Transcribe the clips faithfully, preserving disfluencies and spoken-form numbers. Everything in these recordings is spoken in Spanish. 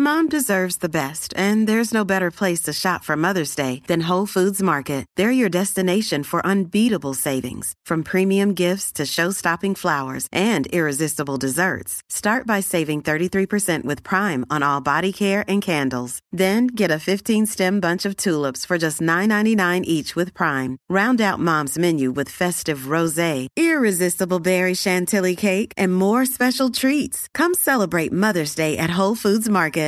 Mom deserves the best, and there's no better place to shop for Mother's Day than Whole Foods Market. They're your destination for unbeatable savings, from premium gifts to show-stopping flowers and irresistible desserts. Start by saving thirty-three percent with Prime on all body care and candles. Then get a fifteen-stem bunch of tulips for just nine ninety-nine each with Prime. Round out Mom's menu with festive rosé, irresistible berry chantilly cake, and more special treats. Come celebrate Mother's Day at Whole Foods Market.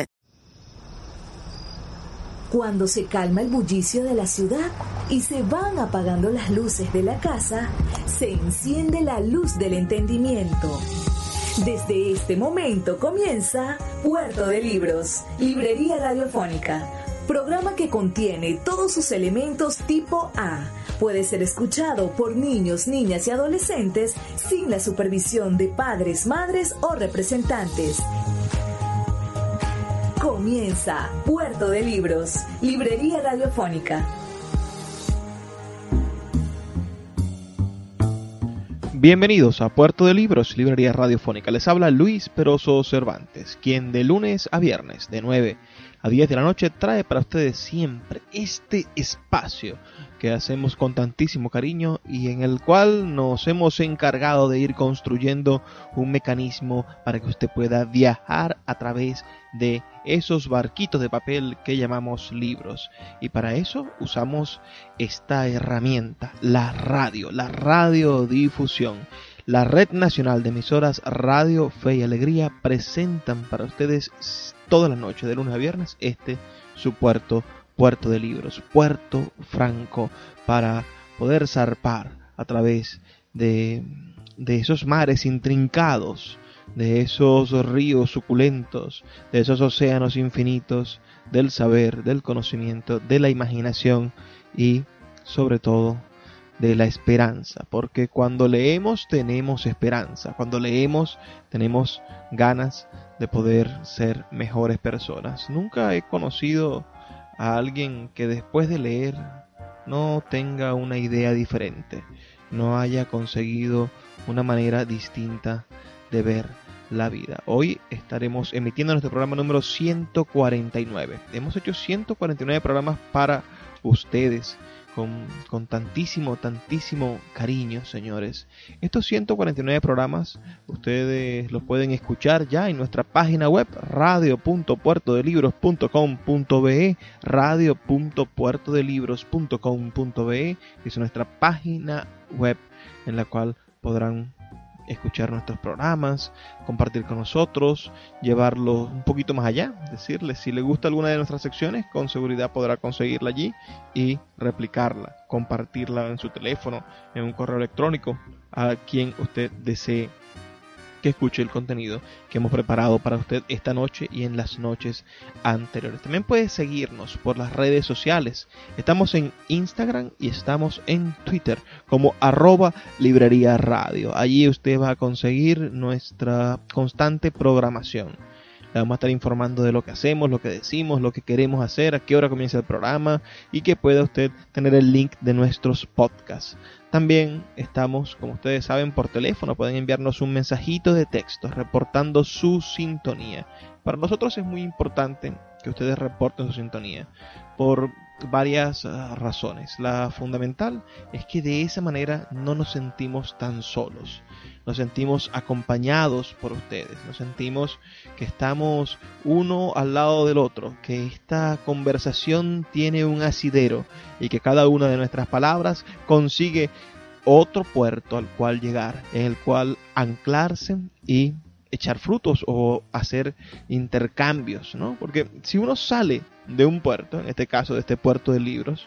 Cuando se calma el bullicio de la ciudad y se van apagando las luces de la casa, se enciende la luz del entendimiento. Desde este momento comienza Puerto de Libros, librería radiofónica, programa que contiene todos sus elementos tipo A. Puede ser escuchado por niños, niñas y adolescentes sin la supervisión de padres, madres o representantes. Comienza Puerto de Libros, librería radiofónica. Bienvenidos a Puerto de Libros, librería radiofónica. Les habla Luis Peroso Cervantes, quien de lunes a viernes, de nueve a diez de la noche, trae para ustedes siempre este espacio que hacemos con tantísimo cariño y en el cual nos hemos encargado de ir construyendo un mecanismo para que usted pueda viajar a través de esos barquitos de papel que llamamos libros. Y para eso usamos esta herramienta, la radio, la radiodifusión. La Red Nacional de Emisoras Radio Fe y Alegría presentan para ustedes toda la noche, de lunes a viernes, este su puerto, Puerto de Libros, Puerto Franco, para poder zarpar a través de, de esos mares intrincados, de esos ríos suculentos, de esos océanos infinitos, del saber, del conocimiento, de la imaginación y, sobre todo, de la esperanza, porque cuando leemos tenemos esperanza, cuando leemos tenemos ganas de poder ser mejores personas. Nunca he conocido a alguien que después de leer no tenga una idea diferente, no haya conseguido una manera distinta de ver la vida. Hoy estaremos emitiendo nuestro programa número ciento cuarenta y nueve. Hemos hecho ciento cuarenta y nueve programas para ustedes, Con, con tantísimo, tantísimo cariño, señores. Estos ciento cuarenta y nueve programas ustedes los pueden escuchar ya en nuestra página web radio punto puerto de libros punto com punto be, radio punto puerto de libros punto com punto be. Es nuestra página web en la cual podrán escuchar nuestros programas, compartir con nosotros, llevarlo un poquito más allá, decirles si le gusta alguna de nuestras secciones, con seguridad podrá conseguirla allí y replicarla, compartirla en su teléfono, en un correo electrónico, a quien usted desee que escuche el contenido que hemos preparado para usted esta noche y en las noches anteriores. También puede seguirnos por las redes sociales. Estamos en Instagram y estamos en Twitter como arroba librería radio. Allí usted va a conseguir nuestra constante programación. Le vamos a estar informando de lo que hacemos, lo que decimos, lo que queremos hacer, a qué hora comienza el programa y que pueda usted tener el link de nuestros podcasts. También estamos, como ustedes saben, por teléfono. Pueden enviarnos un mensajito de texto reportando su sintonía. Para nosotros es muy importante que ustedes reporten su sintonía por varias uh, razones. La fundamental es que de esa manera no nos sentimos tan solos. Nos sentimos acompañados por ustedes. Nos sentimos que estamos uno al lado del otro, que esta conversación tiene un asidero y que cada una de nuestras palabras consigue otro puerto al cual llegar, en el cual anclarse y echar frutos o hacer intercambios, ¿no? Porque si uno sale de un puerto, en este caso de este puerto de libros,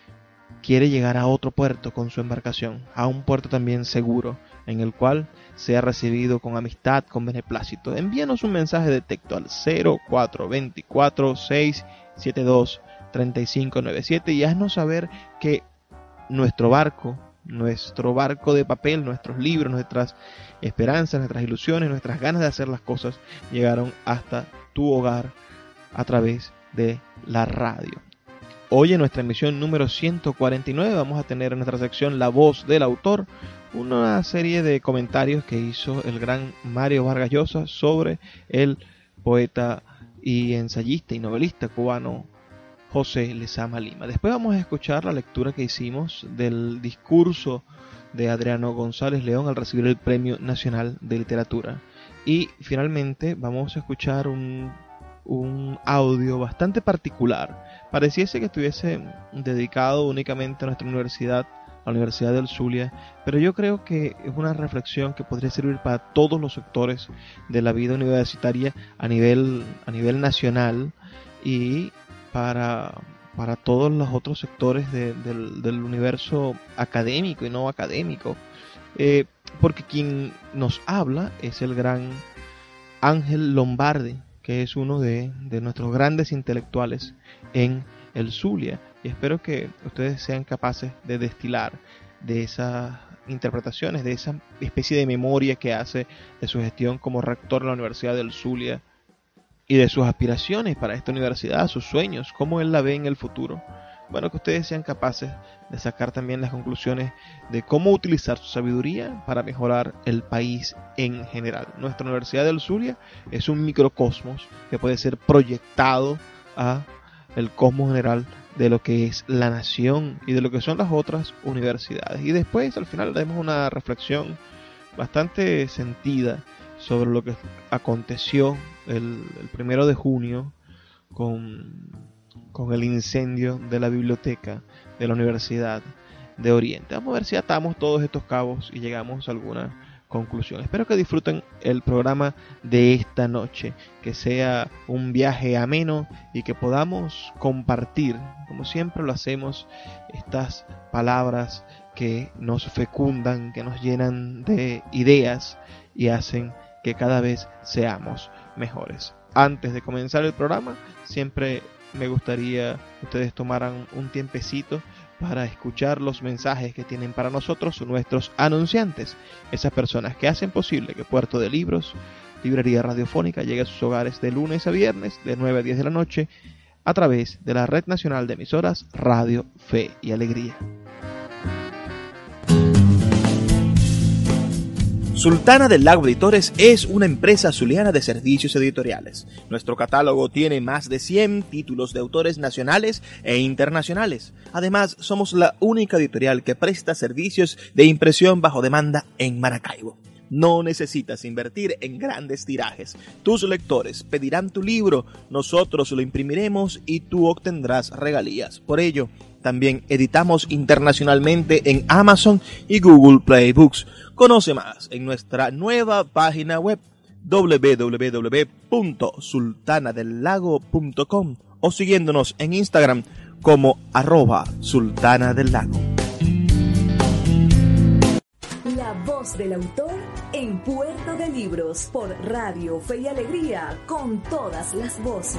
quiere llegar a otro puerto con su embarcación, a un puerto también seguro, en el cual sea recibido con amistad, con beneplácito. Envíanos un mensaje de texto al cero cuatro dos cuatro, seis siete dos, tres cinco nueve siete y haznos saber que nuestro barco, nuestro barco de papel, nuestros libros, nuestras esperanzas, nuestras ilusiones, nuestras ganas de hacer las cosas llegaron hasta tu hogar a través de la radio. Hoy en nuestra emisión número ciento cuarenta y nueve vamos a tener en nuestra sección La Voz del Autor una serie de comentarios que hizo el gran Mario Vargas Llosa sobre el poeta y ensayista y novelista cubano José Lezama Lima. Después vamos a escuchar la lectura que hicimos del discurso de Adriano González León al recibir el Premio Nacional de Literatura. Y finalmente vamos a escuchar un, un audio bastante particular. Pareciese que estuviese dedicado únicamente a nuestra universidad, la Universidad del Zulia, pero yo creo que es una reflexión que podría servir para todos los sectores de la vida universitaria a nivel, a nivel nacional y para, para todos los otros sectores de, del, del universo académico y no académico. Eh, porque quien nos habla es el gran Ángel Lombardi, que es uno de, de nuestros grandes intelectuales en el Zulia, y espero que ustedes sean capaces de destilar de esas interpretaciones, de esa especie de memoria que hace de su gestión como rector de la Universidad del Zulia y de sus aspiraciones para esta universidad, sus sueños, cómo él la ve en el futuro. Bueno, que ustedes sean capaces de sacar también las conclusiones de cómo utilizar su sabiduría para mejorar el país en general. Nuestra Universidad del Zulia es un microcosmos que puede ser proyectado a el cosmos general de lo que es la nación y de lo que son las otras universidades. Y después, al final, haremos una reflexión bastante sentida sobre lo que aconteció el, el primero de junio con, con el incendio de la biblioteca de la Universidad de Oriente. Vamos a ver si atamos todos estos cabos y llegamos a alguna conclusión. Espero que disfruten el programa de esta noche, que sea un viaje ameno y que podamos compartir, como siempre lo hacemos, estas palabras que nos fecundan, que nos llenan de ideas y hacen que cada vez seamos mejores. Antes de comenzar el programa, siempre me gustaría que ustedes tomaran un tiempecito para escuchar los mensajes que tienen para nosotros nuestros anunciantes, esas personas que hacen posible que Puerto de Libros, Librería Radiofónica, llegue a sus hogares de lunes a viernes de nueve a diez de la noche a través de la Red Nacional de Emisoras Radio Fe y Alegría. Sultana del Lago Editores es una empresa zuliana de servicios editoriales. Nuestro catálogo tiene más de cien títulos de autores nacionales e internacionales. Además, somos la única editorial que presta servicios de impresión bajo demanda en Maracaibo. No necesitas invertir en grandes tirajes. Tus lectores pedirán tu libro, nosotros lo imprimiremos y tú obtendrás regalías. Por ello, también editamos internacionalmente en Amazon y Google Play Books. Conoce más en nuestra nueva página web doble u doble u doble u punto sultana del lago punto com o siguiéndonos en Instagram como arroba sultana del lago. La voz del autor en Puerto de Libros por Radio Fe y Alegría, con todas las voces.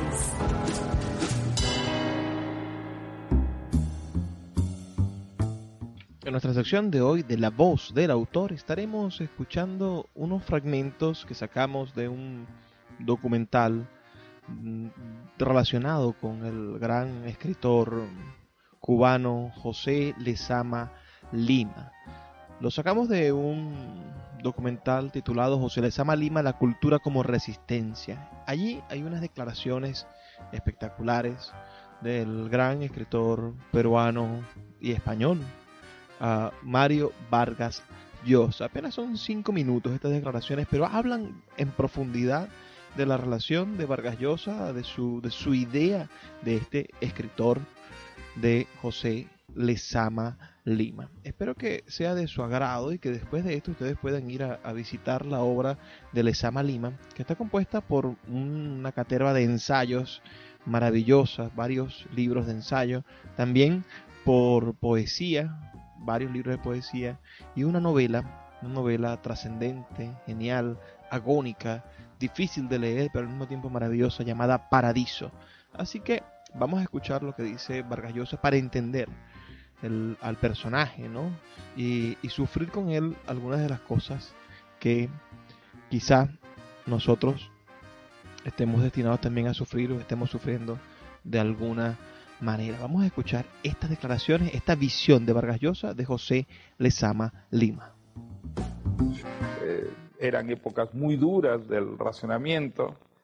En nuestra sección de hoy de La Voz del Autor estaremos escuchando unos fragmentos que sacamos de un documental relacionado con el gran escritor cubano José Lezama Lima. Lo sacamos de un documental titulado José Lezama Lima, la cultura como resistencia. Allí hay unas declaraciones espectaculares del gran escritor peruano y español, Uh, Mario Vargas Llosa. Apenas son cinco minutos estas declaraciones, pero hablan en profundidad de la relación de Vargas Llosa, de su, de su idea de este escritor de José Lezama Lima. Espero que sea de su agrado y que después de esto ustedes puedan ir a, a visitar la obra de Lezama Lima, que está compuesta por una caterva de ensayos maravillosas, varios libros de ensayo, también por poesía, varios libros de poesía y una novela, una novela trascendente, genial, agónica, difícil de leer, pero al mismo tiempo maravillosa, llamada Paradiso. Así que vamos a escuchar lo que dice Vargas Llosa para entender el, al personaje, ¿no? Y, y sufrir con él algunas de las cosas que quizá nosotros estemos destinados también a sufrir o estemos sufriendo de alguna manera. Vamos a escuchar estas declaraciones, esta visión de Vargas Llosa de José Lezama Lima. Eh, eran épocas muy duras del racionamiento,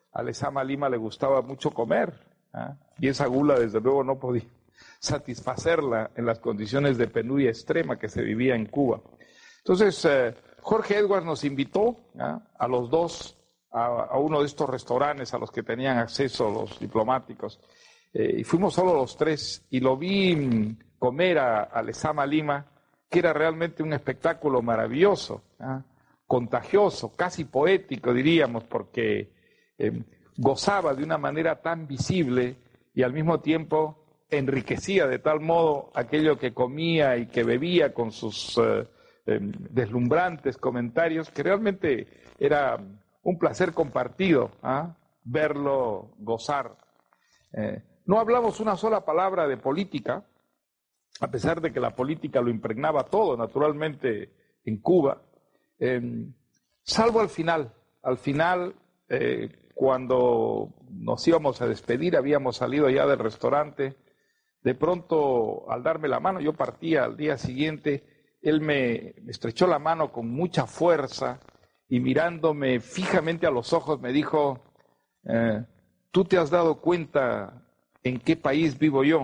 a Lezama Lima le gustaba mucho comer, ¿ah? Y esa gula desde luego no podía satisfacerla en las condiciones de penuria extrema que se vivía en Cuba. Entonces, eh, Jorge Edwards nos invitó, ¿ah?, a los dos a, a uno de estos restaurantes a los que tenían acceso los diplomáticos, eh, y fuimos solo los tres, y lo vi comer a, a Lezama Lima, que era realmente un espectáculo maravilloso, ¿ah?, contagioso, casi poético diríamos, porque eh, gozaba de una manera tan visible y al mismo tiempo enriquecía de tal modo aquello que comía y que bebía con sus eh, eh, deslumbrantes comentarios, que realmente era un placer compartido, ¿ah?, verlo gozar. Eh, no hablamos una sola palabra de política, a pesar de que la política lo impregnaba todo, naturalmente, en Cuba, eh, salvo al final. Al final, eh, cuando nos íbamos a despedir, habíamos salido ya del restaurante. De pronto, al darme la mano, yo partía al día siguiente, él me, me estrechó la mano con mucha fuerza y mirándome fijamente a los ojos me dijo, eh, ¿tú te has dado cuenta en qué país vivo yo?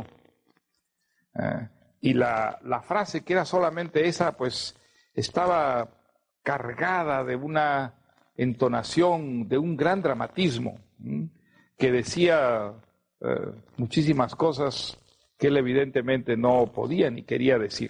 Eh, y la, la frase, que era solamente esa, pues estaba cargada de una entonación, de un gran dramatismo, ¿m? que decía eh, muchísimas cosas que él evidentemente no podía ni quería decir.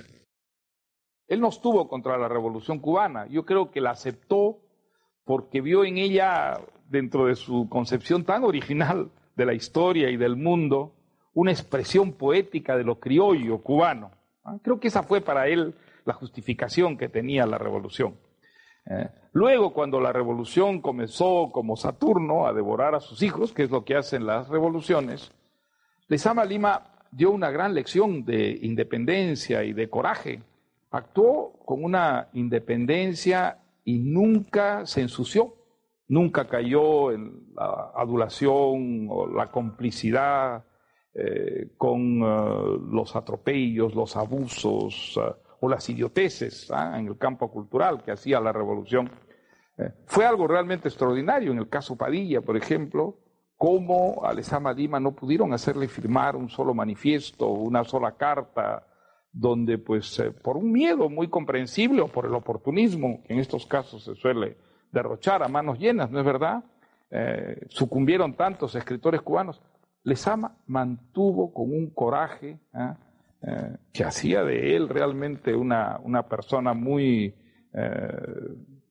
Él no estuvo contra la Revolución Cubana, yo creo que la aceptó porque vio en ella, dentro de su concepción tan original de la historia y del mundo, una expresión poética de lo criollo cubano. ¿Ah? Creo que esa fue para él la justificación que tenía la revolución. Eh, luego, cuando la revolución comenzó como Saturno a devorar a sus hijos, que es lo que hacen las revoluciones, Lezama Lima dio una gran lección de independencia y de coraje. Actuó con una independencia y nunca se ensució, nunca cayó en la adulación o la complicidad eh, con uh, los atropellos, los abusos uh, o las idioteces ¿ah? en el campo cultural que hacía la revolución. Eh, fue algo realmente extraordinario. En el caso Padilla, por ejemplo, cómo a Lezama Lima no pudieron hacerle firmar un solo manifiesto, una sola carta, donde pues eh, por un miedo muy comprensible o por el oportunismo, que en estos casos se suele derrochar a manos llenas, ¿no es verdad? Eh, sucumbieron tantos escritores cubanos. Lezama mantuvo con un coraje ¿eh? Eh, que hacía de él realmente una, una persona muy eh,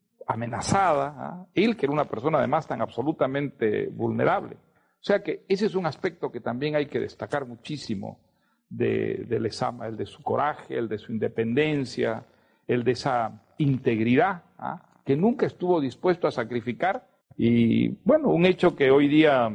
amenazada, ¿eh? Él que era una persona además tan absolutamente vulnerable. O sea que ese es un aspecto que también hay que destacar muchísimo de, de Lezama, el de su coraje, el de su independencia, el de esa integridad ¿eh? que nunca estuvo dispuesto a sacrificar. Y bueno, un hecho que hoy día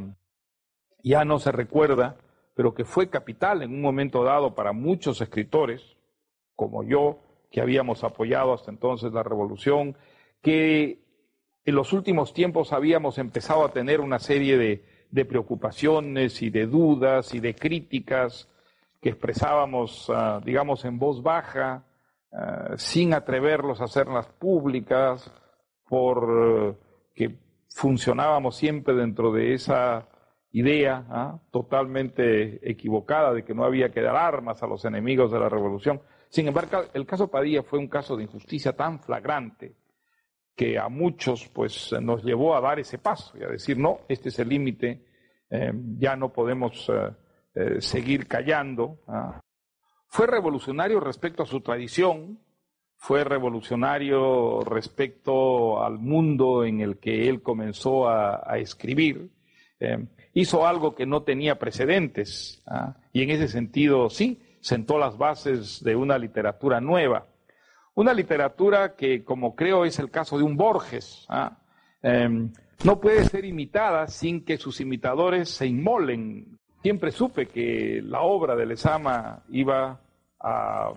ya no se recuerda, pero que fue capital en un momento dado para muchos escritores, como yo, que habíamos apoyado hasta entonces la revolución, que en los últimos tiempos habíamos empezado a tener una serie de, de preocupaciones y de dudas y de críticas que expresábamos, uh, digamos, en voz baja, uh, sin atreverlos a hacerlas públicas, por uh, que funcionábamos siempre dentro de esa idea ¿ah? totalmente equivocada de que no había que dar armas a los enemigos de la revolución. Sin embargo, el caso Padilla fue un caso de injusticia tan flagrante que a muchos pues nos llevó a dar ese paso y a decir, no, este es el límite, eh, ya no podemos eh, eh, seguir callando. ¿ah? Fue revolucionario respecto a su tradición, fue revolucionario respecto al mundo en el que él comenzó a, a escribir. Eh, hizo algo que no tenía precedentes, ¿ah? y en ese sentido sí, sentó las bases de una literatura nueva, una literatura que, como creo es el caso de un Borges, ¿ah? eh, no puede ser imitada sin que sus imitadores se inmolen. Siempre supe que la obra de Lezama iba a,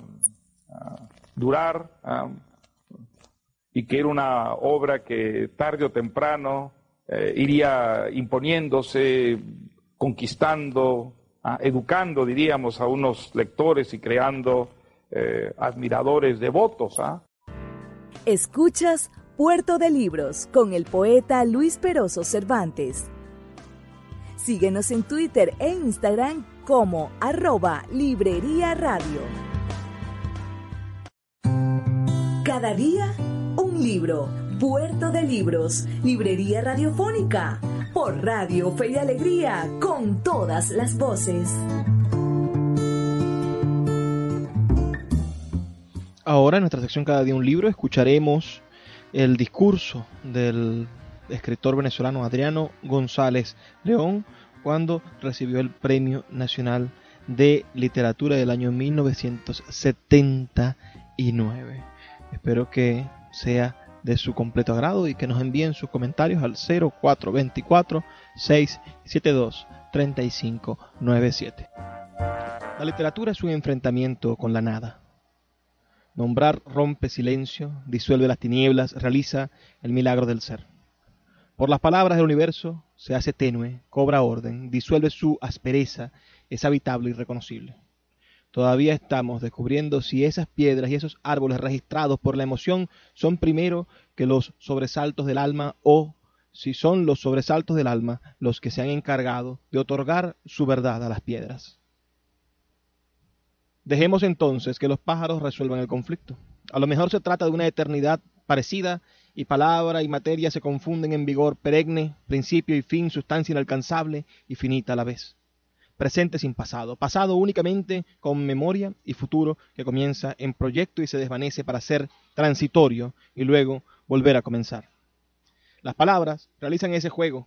a durar ¿ah? y que era una obra que tarde o temprano Eh, iría imponiéndose, conquistando, ah, educando, diríamos, a unos lectores y creando eh, admiradores devotos. ¿ah? Escuchas Puerto de Libros con el poeta Luis Peroso Cervantes. Síguenos en Twitter e Instagram como arroba Librería Radio. Cada día, un libro. Puerto de Libros, Librería Radiofónica, por Radio Fe y Alegría, con todas las voces. Ahora, en nuestra sección Cada día un libro, escucharemos el discurso del escritor venezolano Adriano González León cuando recibió el Premio Nacional de Literatura del año mil novecientos setenta y nueve. Espero que sea de su completo agrado y que nos envíen sus comentarios al cero cuatro dos cuatro, seis siete dos, tres cinco nueve siete. La literatura es un enfrentamiento con la nada. Nombrar rompe silencio, disuelve las tinieblas, realiza el milagro del ser. Por las palabras del universo se hace tenue, cobra orden, disuelve su aspereza, es habitable y reconocible. Todavía estamos descubriendo si esas piedras y esos árboles registrados por la emoción son primero que los sobresaltos del alma o si son los sobresaltos del alma los que se han encargado de otorgar su verdad a las piedras. Dejemos entonces que los pájaros resuelvan el conflicto. A lo mejor se trata de una eternidad parecida y palabra y materia se confunden en vigor perenne, principio y fin, sustancia inalcanzable y finita a la vez. Presente sin pasado, pasado únicamente con memoria y futuro que comienza en proyecto y se desvanece para ser transitorio y luego volver a comenzar. Las palabras realizan ese juego,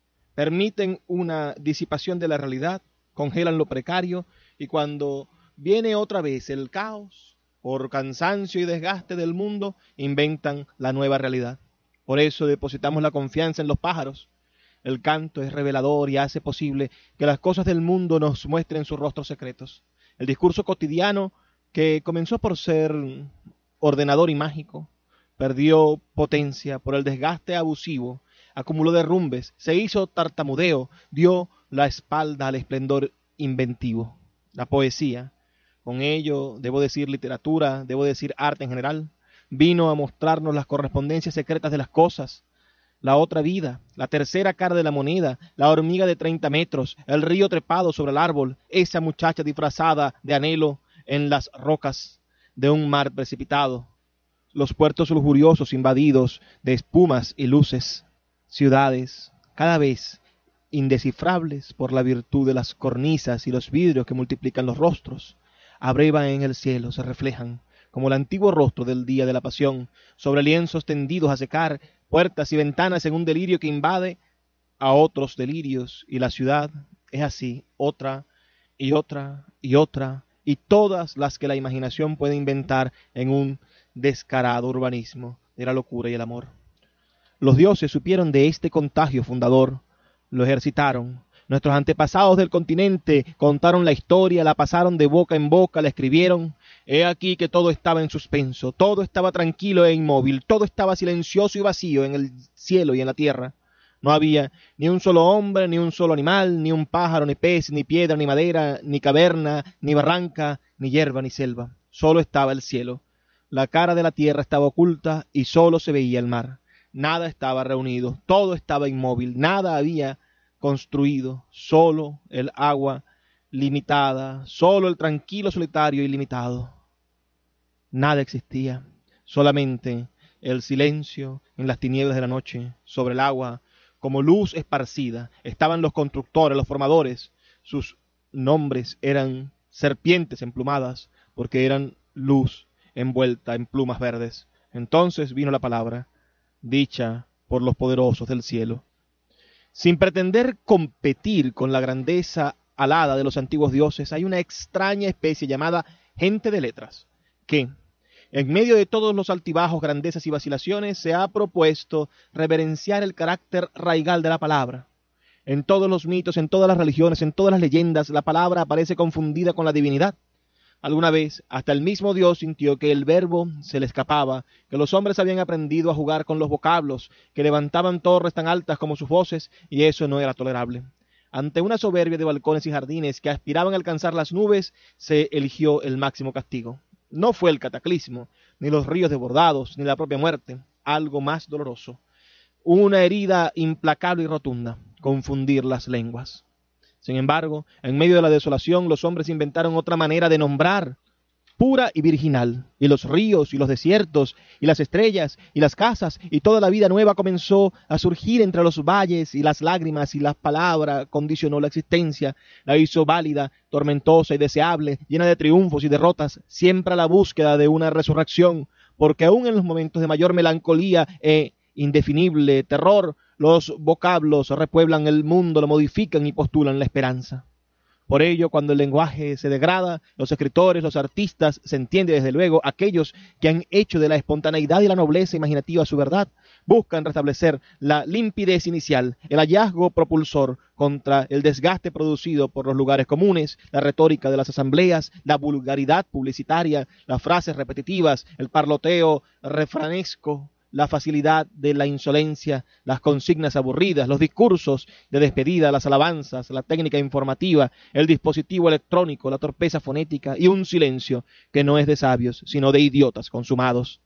permiten una disipación de la realidad, congelan lo precario y cuando viene otra vez el caos, por cansancio y desgaste del mundo, inventan la nueva realidad. Por eso depositamos la confianza en los pájaros. El canto es revelador y hace posible que las cosas del mundo nos muestren sus rostros secretos. El discurso cotidiano, que comenzó por ser ordenador y mágico, perdió potencia por el desgaste abusivo, acumuló derrumbes, se hizo tartamudeo, dio la espalda al esplendor inventivo. La poesía, con ello debo decir literatura, debo decir arte en general, vino a mostrarnos las correspondencias secretas de las cosas, la otra vida, la tercera cara de la moneda, la hormiga de treinta metros, el río trepado sobre el árbol, esa muchacha disfrazada de anhelo en las rocas de un mar precipitado, los puertos lujuriosos invadidos de espumas y luces, ciudades cada vez indescifrables por la virtud de las cornisas y los vidrios que multiplican los rostros, abrevan en el cielo, se reflejan, como el antiguo rostro del día de la pasión, sobre lienzos tendidos a secar, puertas y ventanas en un delirio que invade a otros delirios, y la ciudad es así, otra y otra y otra, y todas las que la imaginación puede inventar en un descarado urbanismo de la locura y el amor. Los dioses supieron de este contagio fundador, lo ejercitaron. Nuestros antepasados del continente contaron la historia, la pasaron de boca en boca, la escribieron. He aquí que todo estaba en suspenso, todo estaba tranquilo e inmóvil, todo estaba silencioso y vacío en el cielo y en la tierra. No había ni un solo hombre, ni un solo animal, ni un pájaro, ni pez, ni piedra, ni madera, ni caverna, ni barranca, ni hierba, ni selva. Solo estaba el cielo. La cara de la tierra estaba oculta y solo se veía el mar. Nada estaba reunido, todo estaba inmóvil, nada había construido, solo el agua limitada, solo el tranquilo solitario ilimitado. Nada existía, solamente el silencio en las tinieblas de la noche, sobre el agua, como luz esparcida. Estaban los constructores, los formadores, sus nombres eran serpientes emplumadas, porque eran luz envuelta en plumas verdes. Entonces vino la palabra, dicha por los poderosos del cielo. Sin pretender competir con la grandeza alada de los antiguos dioses, hay una extraña especie llamada gente de letras, que, en medio de todos los altibajos, grandezas y vacilaciones, se ha propuesto reverenciar el carácter raigal de la palabra. En todos los mitos, en todas las religiones, en todas las leyendas, la palabra aparece confundida con la divinidad. Alguna vez, hasta el mismo Dios sintió que el verbo se le escapaba, que los hombres habían aprendido a jugar con los vocablos, que levantaban torres tan altas como sus voces, y eso no era tolerable. Ante una soberbia de balcones y jardines que aspiraban a alcanzar las nubes, se eligió el máximo castigo. No fue el cataclismo, ni los ríos desbordados, ni la propia muerte, algo más doloroso. una herida implacable y rotunda: confundir las lenguas. Sin embargo, en medio de la desolación, los hombres inventaron otra manera de nombrar, pura y virginal, y los ríos y los desiertos y las estrellas y las casas y toda la vida nueva comenzó a surgir entre los valles, y las lágrimas y la palabra condicionó la existencia, la hizo válida, tormentosa y deseable, llena de triunfos y derrotas, siempre a la búsqueda de una resurrección, porque aún en los momentos de mayor melancolía e indefinible terror, los vocablos repueblan el mundo, lo modifican y postulan la esperanza. Por ello, cuando el lenguaje se degrada, los escritores, los artistas, se entiende desde luego aquellos que han hecho de la espontaneidad y la nobleza imaginativa su verdad, buscan restablecer la limpidez inicial, el hallazgo propulsor contra el desgaste producido por los lugares comunes, la retórica de las asambleas, la vulgaridad publicitaria, las frases repetitivas, el parloteo refranesco, la facilidad de la insolencia, las consignas aburridas, los discursos de despedida, las alabanzas, la técnica informativa, el dispositivo electrónico, la torpeza fonética y un silencio que no es de sabios, sino de idiotas consumados.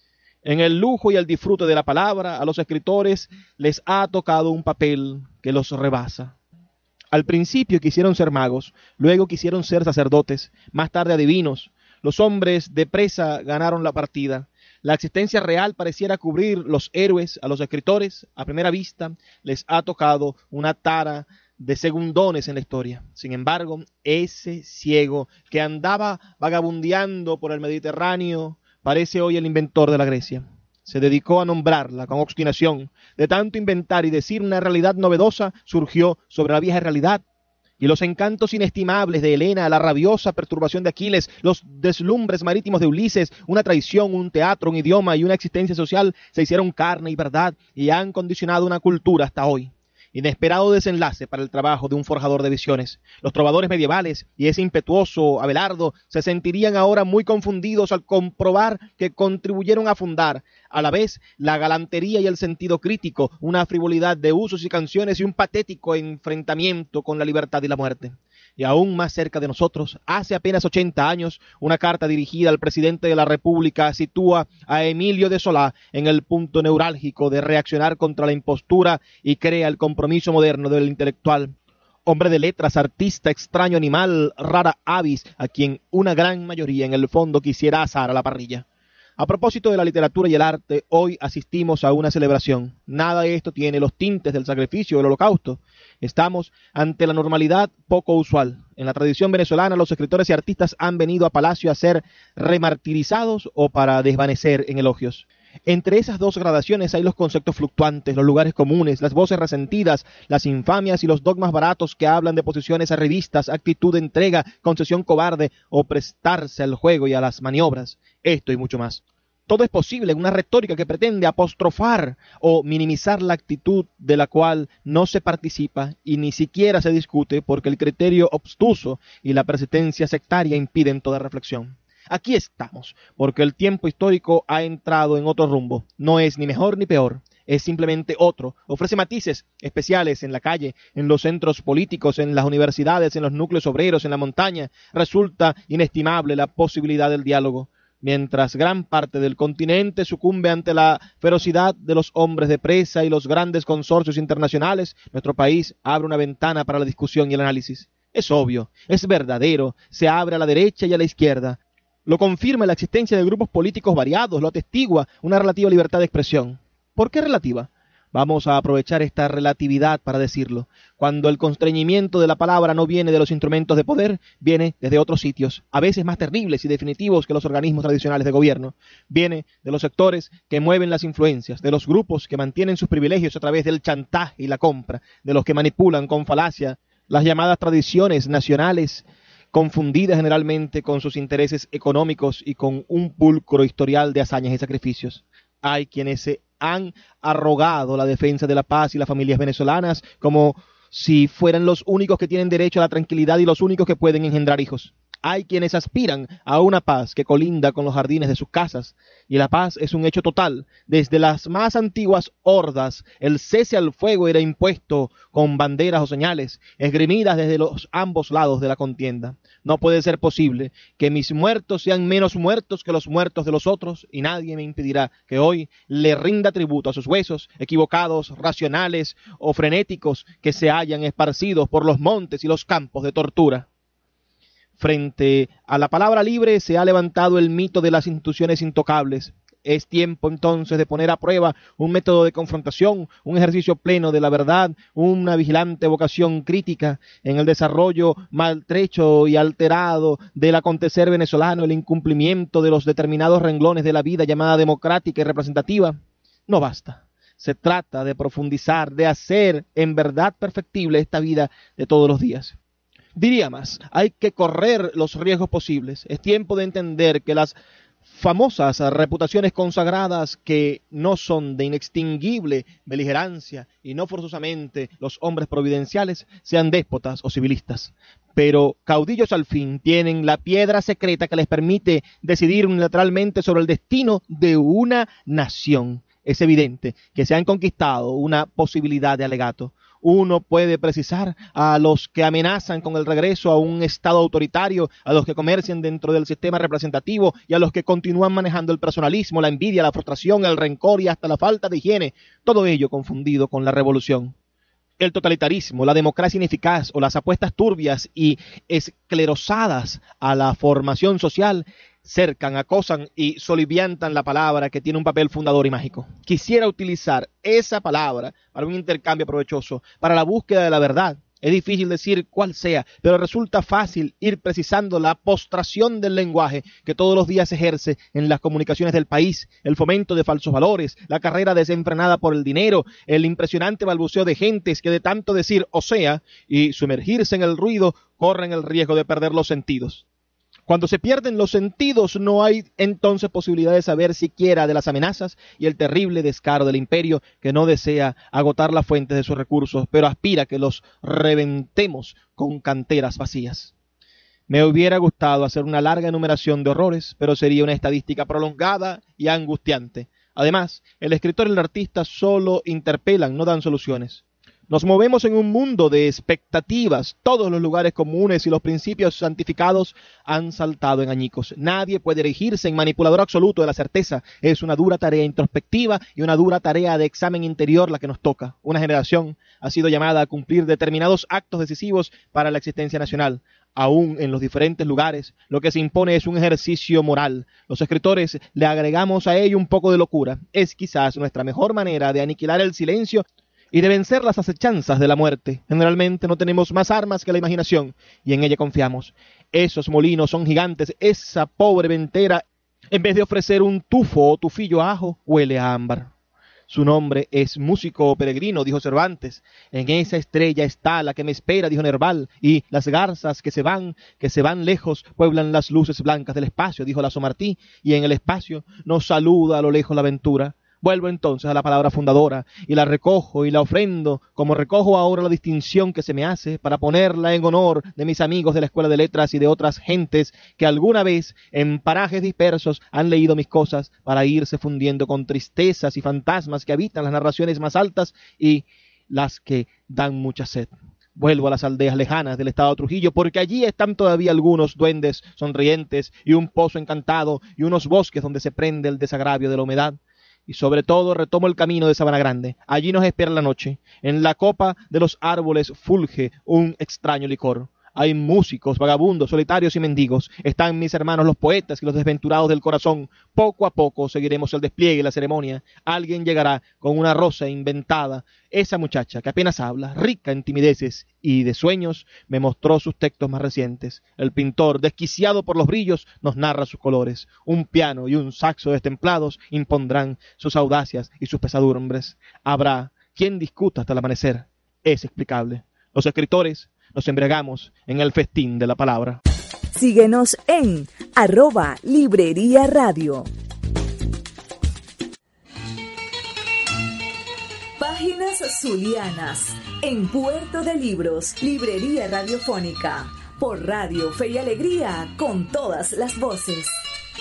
En el lujo y el disfrute de la palabra, a los escritores les ha tocado un papel que los rebasa. Al principio quisieron ser magos, luego quisieron ser sacerdotes, más tarde adivinos. Los hombres de presa ganaron la partida. La existencia real pareciera cubrir los héroes. A los escritores, a primera vista, les ha tocado una tara de segundones en la historia. Sin embargo, ese ciego que andaba vagabundeando por el Mediterráneo parece hoy el inventor de la Grecia. Se dedicó a nombrarla con obstinación. De tanto inventar y decir una realidad novedosa, surgió sobre la vieja realidad. Y los encantos inestimables de Helena, la rabiosa perturbación de Aquiles, los deslumbres marítimos de Ulises, una traición, un teatro, un idioma y una existencia social se hicieron carne y verdad y han condicionado una cultura hasta hoy. Inesperado desenlace para el trabajo de un forjador de visiones. Los trovadores medievales y ese impetuoso Abelardo se sentirían ahora muy confundidos al comprobar que contribuyeron a fundar a la vez la galantería y el sentido crítico, una frivolidad de usos y canciones y un patético enfrentamiento con la libertad y la muerte. Y aún más cerca de nosotros, hace apenas ochenta años, una carta dirigida al presidente de la República sitúa a Emilio de Solá en el punto neurálgico de reaccionar contra la impostura y crea el compromiso moderno del intelectual. Hombre de letras, artista, extraño animal, rara avis, a quien una gran mayoría en el fondo quisiera asar a la parrilla. A propósito de la literatura y el arte, hoy asistimos a una celebración. Nada de esto tiene los tintes del sacrificio o el holocausto. Estamos ante la normalidad poco usual. En la tradición venezolana, los escritores y artistas han venido a Palacio a ser remartirizados o para desvanecer en elogios. Entre esas dos gradaciones hay los conceptos fluctuantes, los lugares comunes, las voces resentidas, las infamias y los dogmas baratos que hablan de posiciones arribistas, actitud de entrega, concesión cobarde o prestarse al juego y a las maniobras. Esto y mucho más. Todo es posible en una retórica que pretende apostrofar o minimizar la actitud de la cual no se participa y ni siquiera se discute porque el criterio obstuso y la persistencia sectaria impiden toda reflexión. Aquí estamos, porque el tiempo histórico ha entrado en otro rumbo. No es ni mejor ni peor, es simplemente otro. Ofrece matices especiales en la calle, en los centros políticos, en las universidades, en los núcleos obreros, en la montaña. Resulta inestimable la posibilidad del diálogo. Mientras gran parte del continente sucumbe ante la ferocidad de los hombres de presa y los grandes consorcios internacionales, nuestro país abre una ventana para la discusión y el análisis. Es obvio, es verdadero, se abre a la derecha y a la izquierda. Lo confirma la existencia de grupos políticos variados, lo atestigua una relativa libertad de expresión. ¿Por qué relativa? Vamos a aprovechar esta relatividad para decirlo. Cuando el constreñimiento de la palabra no viene de los instrumentos de poder, viene desde otros sitios, a veces más terribles y definitivos que los organismos tradicionales de gobierno. Viene de los sectores que mueven las influencias, de los grupos que mantienen sus privilegios a través del chantaje y la compra, de los que manipulan con falacia las llamadas tradiciones nacionales, confundida generalmente con sus intereses económicos y con un pulcro historial de hazañas y sacrificios. Hay quienes se han arrogado la defensa de la paz y las familias venezolanas como si fueran los únicos que tienen derecho a la tranquilidad y los únicos que pueden engendrar hijos. Hay quienes aspiran a una paz que colinda con los jardines de sus casas, y la paz es un hecho total. Desde las más antiguas hordas, el cese al fuego era impuesto con banderas o señales, esgrimidas desde los ambos lados de la contienda. No puede ser posible que mis muertos sean menos muertos que los muertos de los otros, y nadie me impedirá que hoy le rinda tributo a sus huesos, equivocados, racionales o frenéticos, que se hallan esparcidos por los montes y los campos de tortura. Frente a la palabra libre se ha levantado el mito de las instituciones intocables. Es tiempo entonces de poner a prueba un método de confrontación, un ejercicio pleno de la verdad, una vigilante vocación crítica en el desarrollo maltrecho y alterado del acontecer venezolano, el incumplimiento de los determinados renglones de la vida llamada democrática y representativa. No basta. Se trata de profundizar, de hacer en verdad perfectible esta vida de todos los días. Diría más, hay que correr los riesgos posibles. Es tiempo de entender que las famosas reputaciones consagradas, que no son de inextinguible beligerancia y no forzosamente los hombres providenciales, sean déspotas o civilistas. Pero caudillos al fin tienen la piedra secreta que les permite decidir unilateralmente sobre el destino de una nación. Es evidente que se han conquistado una posibilidad de alegato. Uno puede precisar a los que amenazan con el regreso a un Estado autoritario, a los que comercian dentro del sistema representativo y a los que continúan manejando el personalismo, la envidia, la frustración, el rencor y hasta la falta de higiene, todo ello confundido con la revolución. El totalitarismo, la democracia ineficaz o las apuestas turbias y esclerosadas a la formación social cercan, acosan y soliviantan la palabra que tiene un papel fundador y mágico. Quisiera utilizar esa palabra para un intercambio provechoso, para la búsqueda de la verdad. Es difícil decir cuál sea, pero resulta fácil ir precisando la postración del lenguaje que todos los días ejerce en las comunicaciones del país, el fomento de falsos valores, la carrera desenfrenada por el dinero, el impresionante balbuceo de gentes que de tanto decir o sea y sumergirse en el ruido corren el riesgo de perder los sentidos. Cuando se pierden los sentidos, no hay entonces posibilidad de saber siquiera de las amenazas y el terrible descaro del imperio, que no desea agotar las fuentes de sus recursos, pero aspira a que los reventemos con canteras vacías. Me hubiera gustado hacer una larga enumeración de horrores, pero sería una estadística prolongada y angustiante. Además, el escritor y el artista solo interpelan, no dan soluciones. Nos movemos en un mundo de expectativas. Todos los lugares comunes y los principios santificados han saltado en añicos. Nadie puede erigirse en manipulador absoluto de la certeza. Es una dura tarea introspectiva y una dura tarea de examen interior la que nos toca. Una generación ha sido llamada a cumplir determinados actos decisivos para la existencia nacional. Aún en los diferentes lugares, lo que se impone es un ejercicio moral. Los escritores le agregamos a ello un poco de locura. Es quizás nuestra mejor manera de aniquilar el silencio y de vencer las acechanzas de la muerte. Generalmente no tenemos más armas que la imaginación, y en ella confiamos. Esos molinos son gigantes. Esa pobre ventera, en vez de ofrecer un tufo o tufillo a ajo, huele a ámbar. Su nombre es músico peregrino, dijo Cervantes. En esa estrella está la que me espera, dijo Nerval. Y las garzas que se van, que se van lejos, pueblan las luces blancas del espacio, dijo Lasomartí. Y en el espacio nos saluda a lo lejos la aventura. Vuelvo entonces a la palabra fundadora y la recojo y la ofrendo, como recojo ahora la distinción que se me hace, para ponerla en honor de mis amigos de la Escuela de Letras y de otras gentes que alguna vez en parajes dispersos han leído mis cosas para irse fundiendo con tristezas y fantasmas que habitan las narraciones más altas y las que dan mucha sed. Vuelvo a las aldeas lejanas del estado de Trujillo, porque allí están todavía algunos duendes sonrientes y un pozo encantado y unos bosques donde se prende el desagravio de la humedad. Y sobre todo retomo el camino de Sabana Grande. Allí nos espera la noche. En la copa de los árboles fulge un extraño licor. Hay músicos, vagabundos, solitarios y mendigos. Están mis hermanos los poetas y los desventurados del corazón. Poco a poco seguiremos el despliegue y la ceremonia. Alguien llegará con una rosa inventada. Esa muchacha que apenas habla, rica en timideces y de sueños, me mostró sus textos más recientes. El pintor, desquiciado por los brillos, nos narra sus colores. Un piano y un saxo destemplados impondrán sus audacias y sus pesadumbres. Habrá quien discuta hasta el amanecer. Es explicable. Los escritores nos embriagamos en el festín de la palabra. Síguenos en arroba Librería Radio. Páginas Zulianas, en Puerto de Libros, Librería Radiofónica. por Radio Fe y Alegría, con todas las voces.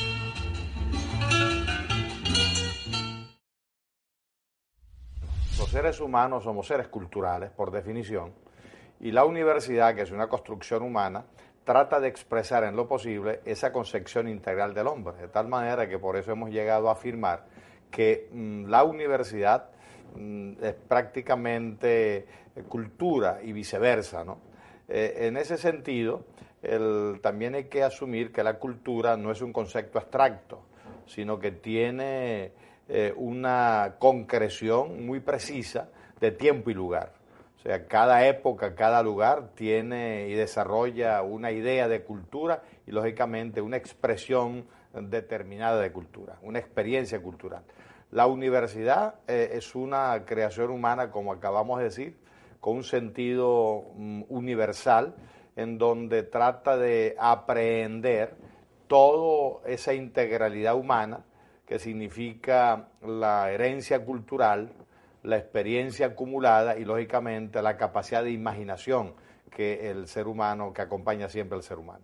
Los seres humanos somos seres culturales, por definición, y la universidad, que es una construcción humana, trata de expresar en lo posible esa concepción integral del hombre, de tal manera que por eso hemos llegado a afirmar que mmm, la universidad mmm, es prácticamente eh, cultura y viceversa, ¿no? Eh, en ese sentido, el, también hay que asumir que la cultura no es un concepto abstracto, sino que tiene eh, una concreción muy precisa de tiempo y lugar. O sea, cada época, cada lugar tiene y desarrolla una idea de cultura y, lógicamente, una expresión determinada de cultura, una experiencia cultural. La universidad eh, es una creación humana, como acabamos de decir, con un sentido um, universal, en donde trata de aprehender toda esa integralidad humana que significa la herencia cultural, la experiencia acumulada y, lógicamente, la capacidad de imaginación que el ser humano, que acompaña siempre al ser humano.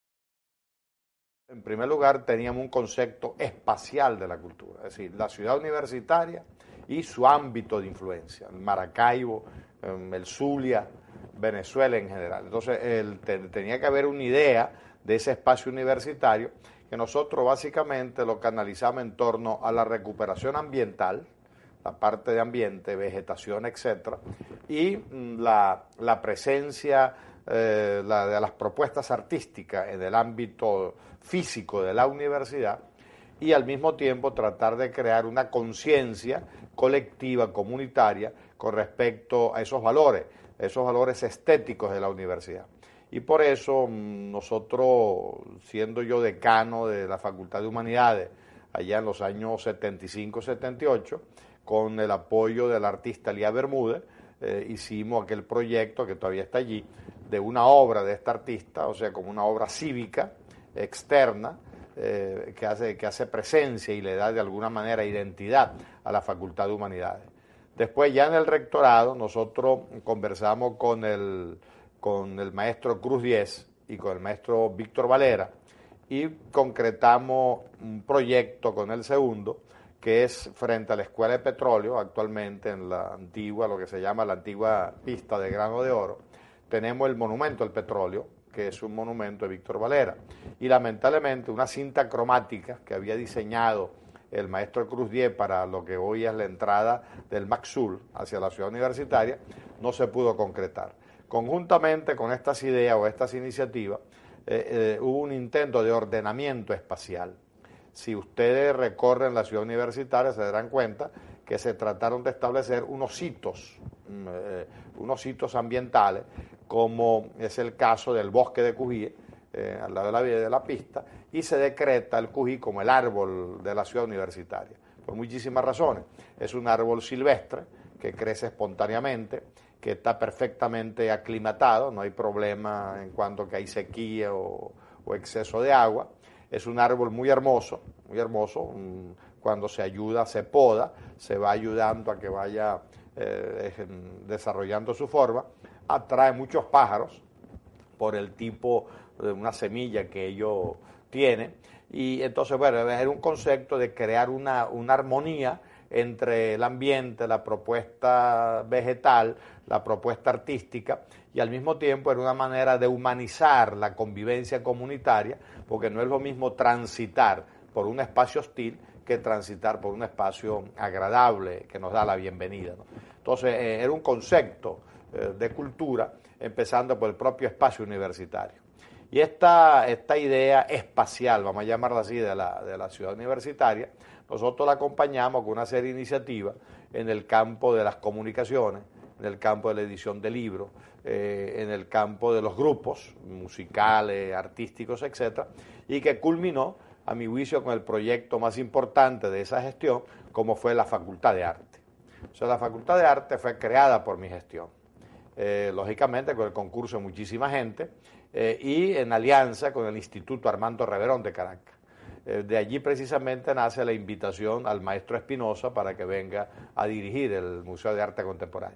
En primer lugar, teníamos un concepto espacial de la cultura, es decir, la ciudad universitaria y su ámbito de influencia, el Maracaibo, el Zulia, Venezuela en general. Entonces, el, te, tenía que haber una idea de ese espacio universitario que nosotros básicamente lo canalizamos en torno a la recuperación ambiental, la parte de ambiente, vegetación, etcétera, y la, la presencia eh, la, de las propuestas artísticas en el ámbito físico de la universidad, y al mismo tiempo tratar de crear una conciencia colectiva, comunitaria, con respecto a esos valores, esos valores estéticos de la universidad. Y por eso nosotros, siendo yo decano de la Facultad de Humanidades, allá en los años setenta y cinco setenta y ocho, con el apoyo del artista Lía Bermúdez, eh, hicimos aquel proyecto que todavía está allí, de una obra de esta artista, o sea, como una obra cívica, externa, eh, que hace, que hace presencia y le da de alguna manera identidad a la Facultad de Humanidades. Después, ya en el rectorado, nosotros conversamos con el, con el maestro Cruz Diez y con el maestro Víctor Valera y concretamos un proyecto con el segundo, que es frente a la Escuela de Petróleo, actualmente en la antigua, lo que se llama la antigua pista de Grano de Oro. Tenemos el Monumento al Petróleo, que es un monumento de Víctor Valera, y lamentablemente una cinta cromática que había diseñado el maestro Cruz Diez para lo que hoy es la entrada del MACSUL hacia la ciudad universitaria, no se pudo concretar. Conjuntamente con estas ideas o estas iniciativas, eh, eh, hubo un intento de ordenamiento espacial. Si ustedes recorren la ciudad universitaria, se darán cuenta que se trataron de establecer unos hitos, eh, unos hitos ambientales, como es el caso del bosque de Cují, eh, al lado de la, de la pista, y se decreta el Cují como el árbol de la ciudad universitaria, por muchísimas razones. Es un árbol silvestre que crece espontáneamente, que está perfectamente aclimatado, no hay problema en cuanto que hay sequía o, o exceso de agua. Es un árbol muy hermoso, muy hermoso, um, cuando se ayuda, se poda, se va ayudando a que vaya eh, desarrollando su forma, atrae muchos pájaros por el tipo de una semilla que ellos tienen, y entonces, bueno, es un concepto de crear una, una armonía entre el ambiente, la propuesta vegetal, la propuesta artística, y al mismo tiempo era una manera de humanizar la convivencia comunitaria, porque no es lo mismo transitar por un espacio hostil que transitar por un espacio agradable que nos da la bienvenida, ¿no? Entonces, eh, era un concepto eh, de cultura, empezando por el propio espacio universitario. Y esta, esta idea espacial, vamos a llamarla así, de la, de la ciudad universitaria, nosotros la acompañamos con una serie de iniciativas en el campo de las comunicaciones, en el campo de la edición de libros, eh, en el campo de los grupos musicales, artísticos, etcétera, y que culminó, a mi juicio, con el proyecto más importante de esa gestión, como fue la Facultad de Arte. O sea, la Facultad de Arte fue creada por mi gestión, eh, lógicamente con el concurso de muchísima gente, eh, y en alianza con el Instituto Armando Reverón de Caracas. Eh, de allí precisamente nace la invitación al maestro Espinosa para que venga a dirigir el Museo de Arte Contemporáneo.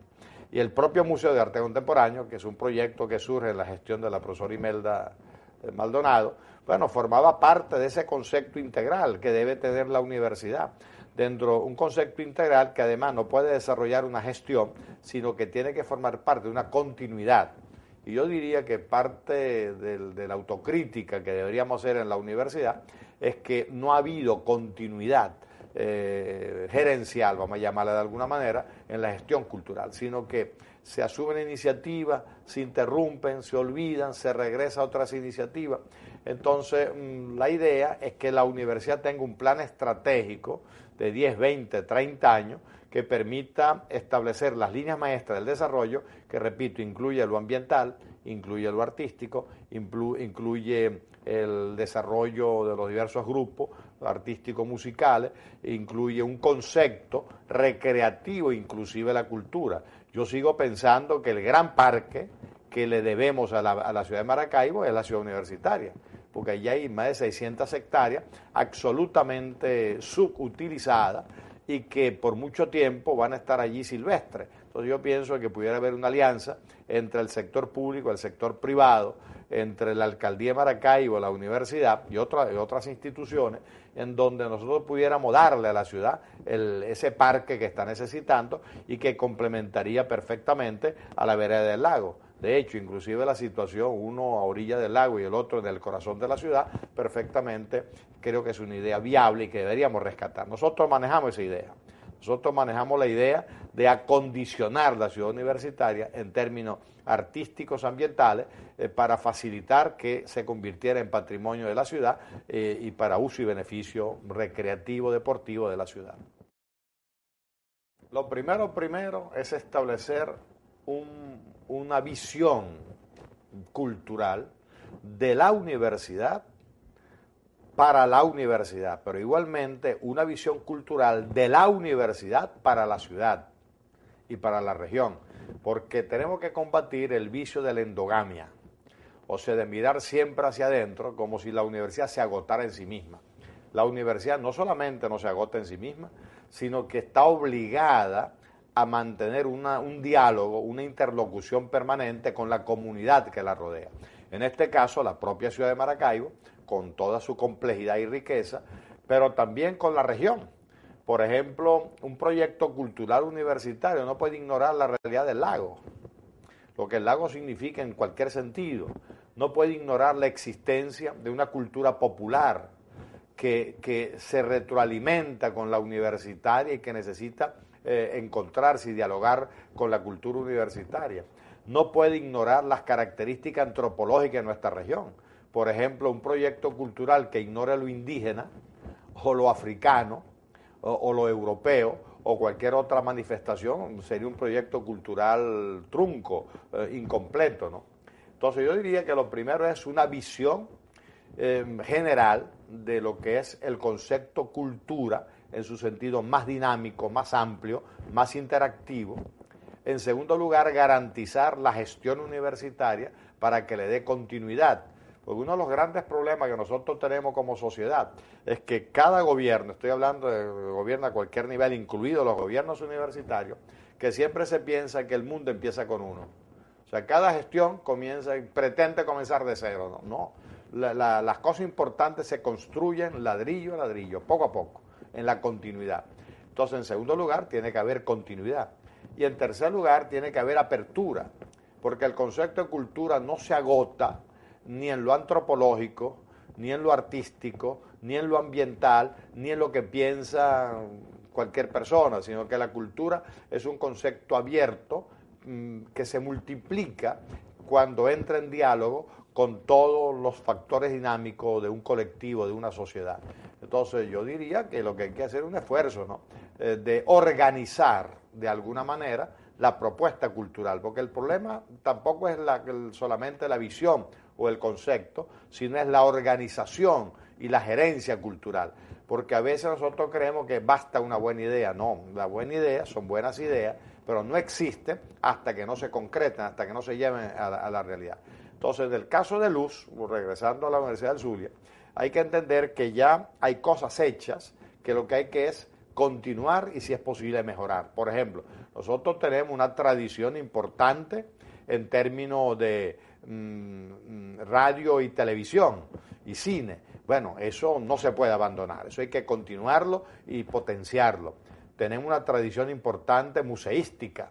Y el propio Museo de Arte Contemporáneo, que es un proyecto que surge en la gestión de la profesora Imelda Maldonado, bueno, formaba parte de ese concepto integral que debe tener la universidad. Dentro un concepto integral que además no puede desarrollar una gestión, sino que tiene que formar parte de una continuidad. Y yo diría que parte del, de la autocrítica que deberíamos hacer en la universidad es que no ha habido continuidad eh, gerencial, vamos a llamarla de alguna manera, en la gestión cultural, sino que se asumen iniciativas, se interrumpen, se olvidan, se regresa a otras iniciativas. Entonces, mmm, la idea es que la universidad tenga un plan estratégico de diez, veinte, treinta años que permita establecer las líneas maestras del desarrollo, que repito, incluye lo ambiental, incluye lo artístico, inclu incluye el desarrollo de los diversos grupos artísticos musicales, incluye un concepto recreativo, inclusive la cultura. Yo sigo pensando que el gran parque que le debemos a la, a la ciudad de Maracaibo es la ciudad universitaria, porque allí hay más de seiscientas hectáreas absolutamente subutilizadas y que por mucho tiempo van a estar allí silvestres. Entonces yo pienso que pudiera haber una alianza entre el sector público, el sector privado, entre la alcaldía de Maracaibo, la universidad y, otra, y otras instituciones, en donde nosotros pudiéramos darle a la ciudad el, ese parque que está necesitando y que complementaría perfectamente a la vereda del lago. De hecho, inclusive la situación, uno a orilla del lago y el otro en el corazón de la ciudad, perfectamente creo que es una idea viable y que deberíamos rescatar. Nosotros manejamos esa idea. Nosotros manejamos la idea de acondicionar la ciudad universitaria en términos artísticos, ambientales, eh, para facilitar que se convirtiera en patrimonio de la ciudad eh, y para uso y beneficio recreativo, deportivo de la ciudad. Lo primero, primero es establecer un, una visión cultural de la universidad para la universidad, pero igualmente una visión cultural de la universidad para la ciudad y para la región, porque tenemos que combatir el vicio de la endogamia, o sea, de mirar siempre hacia adentro como si la universidad se agotara en sí misma. La universidad no solamente no se agota en sí misma, sino que está obligada a mantener una, un diálogo, una interlocución permanente con la comunidad que la rodea. En este caso, la propia ciudad de Maracaibo, con toda su complejidad y riqueza, pero también con la región. Por ejemplo, un proyecto cultural universitario no puede ignorar la realidad del lago, lo que el lago significa en cualquier sentido. No puede ignorar la existencia de una cultura popular que, que se retroalimenta con la universitaria y que necesita eh, encontrarse y dialogar con la cultura universitaria. No puede ignorar las características antropológicas de nuestra región. Por ejemplo, un proyecto cultural que ignore lo indígena o lo africano o, o lo europeo o cualquier otra manifestación sería un proyecto cultural trunco, eh, incompleto, ¿no? Entonces yo diría que lo primero es una visión eh, general de lo que es el concepto cultura en su sentido más dinámico, más amplio, más interactivo. En segundo lugar, garantizar la gestión universitaria para que le dé continuidad. Porque uno de los grandes problemas que nosotros tenemos como sociedad es que cada gobierno, estoy hablando de gobierno a cualquier nivel, incluidos los gobiernos universitarios, que siempre se piensa que el mundo empieza con uno. O sea, cada gestión comienza, pretende comenzar de cero. No, no. La, la, las cosas importantes se construyen ladrillo a ladrillo, poco a poco, en la continuidad. Entonces, en segundo lugar, tiene que haber continuidad. Y en tercer lugar, tiene que haber apertura, porque el concepto de cultura no se agota ni en lo antropológico, ni en lo artístico, ni en lo ambiental, ni en lo que piensa cualquier persona, sino que la cultura es un concepto abierto mmm, que se multiplica cuando entra en diálogo con todos los factores dinámicos de un colectivo, de una sociedad. Entonces yo diría que lo que hay que hacer es un esfuerzo, ¿no? eh, de organizar de alguna manera la propuesta cultural, porque el problema tampoco es la, solamente la visión o el concepto, sino es la organización y la gerencia cultural, porque a veces nosotros creemos que basta una buena idea. No, la buena idea son buenas ideas, pero no existen hasta que no se concreten, hasta que no se lleven a la, a la realidad. Entonces, en el caso de Luz, regresando a la Universidad del Zulia, hay que entender que ya hay cosas hechas, que lo que hay que es continuar y si es posible mejorar. Por ejemplo, nosotros tenemos una tradición importante en términos de mmm, radio y televisión y cine. Bueno, eso no se puede abandonar, eso hay que continuarlo y potenciarlo. Tenemos una tradición importante museística,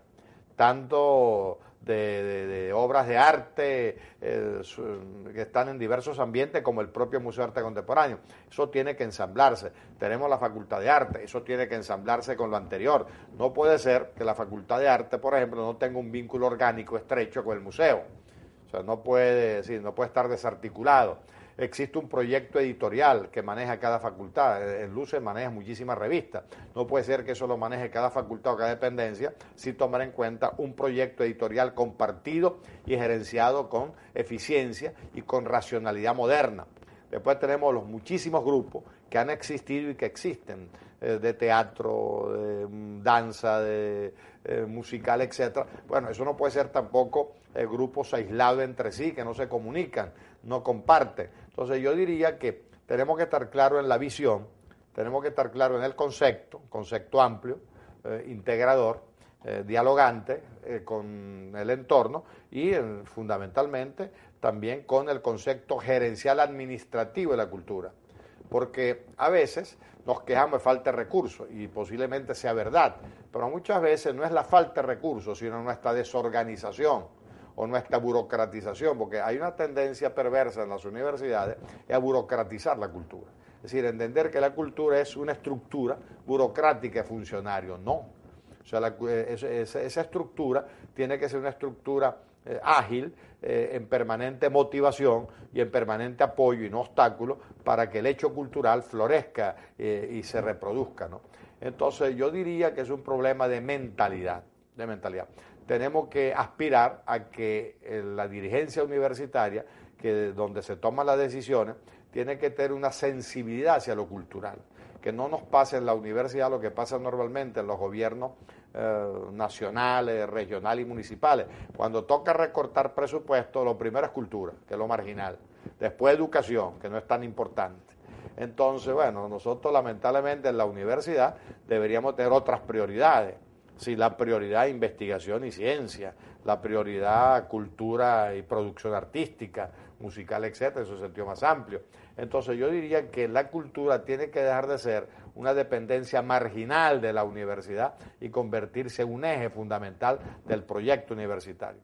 tanto de, de, de obras de arte eh, que están en diversos ambientes como el propio Museo de Arte Contemporáneo. Eso tiene que ensamblarse. Tenemos la Facultad de Arte, eso tiene que ensamblarse con lo anterior. No puede ser que la Facultad de Arte, por ejemplo, no tenga un vínculo orgánico estrecho con el museo. O sea, no puede, sí, no puede estar desarticulado. Existe un proyecto editorial que maneja cada facultad. El LUCE maneja muchísimas revistas. No puede ser que eso lo maneje cada facultad o cada dependencia sin tomar en cuenta un proyecto editorial compartido y gerenciado con eficiencia y con racionalidad moderna. Después tenemos los muchísimos grupos que han existido y que existen, eh, de teatro, de danza, de eh, musical, etcétera. Bueno, eso no puede ser tampoco eh, grupos aislados entre sí, que no se comunican, no comparten. Entonces yo diría que tenemos que estar claros en la visión, tenemos que estar claros en el concepto, concepto amplio, eh, integrador, eh, dialogante eh, con el entorno y eh, fundamentalmente también con el concepto gerencial administrativo de la cultura. Porque a veces nos quejamos de falta de recursos y posiblemente sea verdad, pero muchas veces no es la falta de recursos, sino nuestra desorganización o nuestra burocratización, porque hay una tendencia perversa en las universidades a burocratizar la cultura. Es decir, entender que la cultura es una estructura burocrática de funcionarios. No. O sea, la, esa, esa estructura tiene que ser una estructura eh, ágil, eh, en permanente motivación y en permanente apoyo y no obstáculo para que el hecho cultural florezca eh, y se reproduzca, ¿no? Entonces yo diría que es un problema de mentalidad, de mentalidad. Tenemos que aspirar a que eh, la dirigencia universitaria, que donde se toman las decisiones, tiene que tener una sensibilidad hacia lo cultural, que no nos pase en la universidad lo que pasa normalmente en los gobiernos eh, nacionales, regionales y municipales. Cuando toca recortar presupuesto, lo primero es cultura, que es lo marginal, después educación, que no es tan importante. Entonces, bueno, nosotros lamentablemente en la universidad deberíamos tener otras prioridades. Sí, la prioridad investigación y ciencia, la prioridad cultura y producción artística, musical, etcétera, en su sentido más amplio. Entonces yo diría que la cultura tiene que dejar de ser una dependencia marginal de la universidad y convertirse en un eje fundamental del proyecto universitario.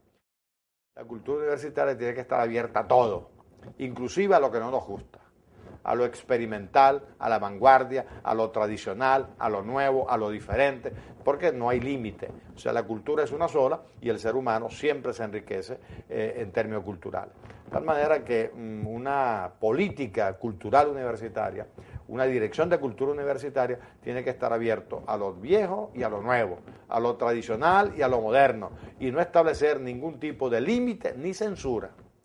La cultura universitaria tiene que estar abierta a todo, inclusive a lo que no nos gusta, a lo experimental, a la vanguardia, a lo tradicional, a lo nuevo, a lo diferente, porque no hay límite. O sea, la cultura es una sola y el ser humano siempre se enriquece eh, en términos culturales. De tal manera que um, una política cultural universitaria, una dirección de cultura universitaria, tiene que estar abierto a lo viejo y a lo nuevo, a lo tradicional y a lo moderno, y no establecer ningún tipo de límite ni censura.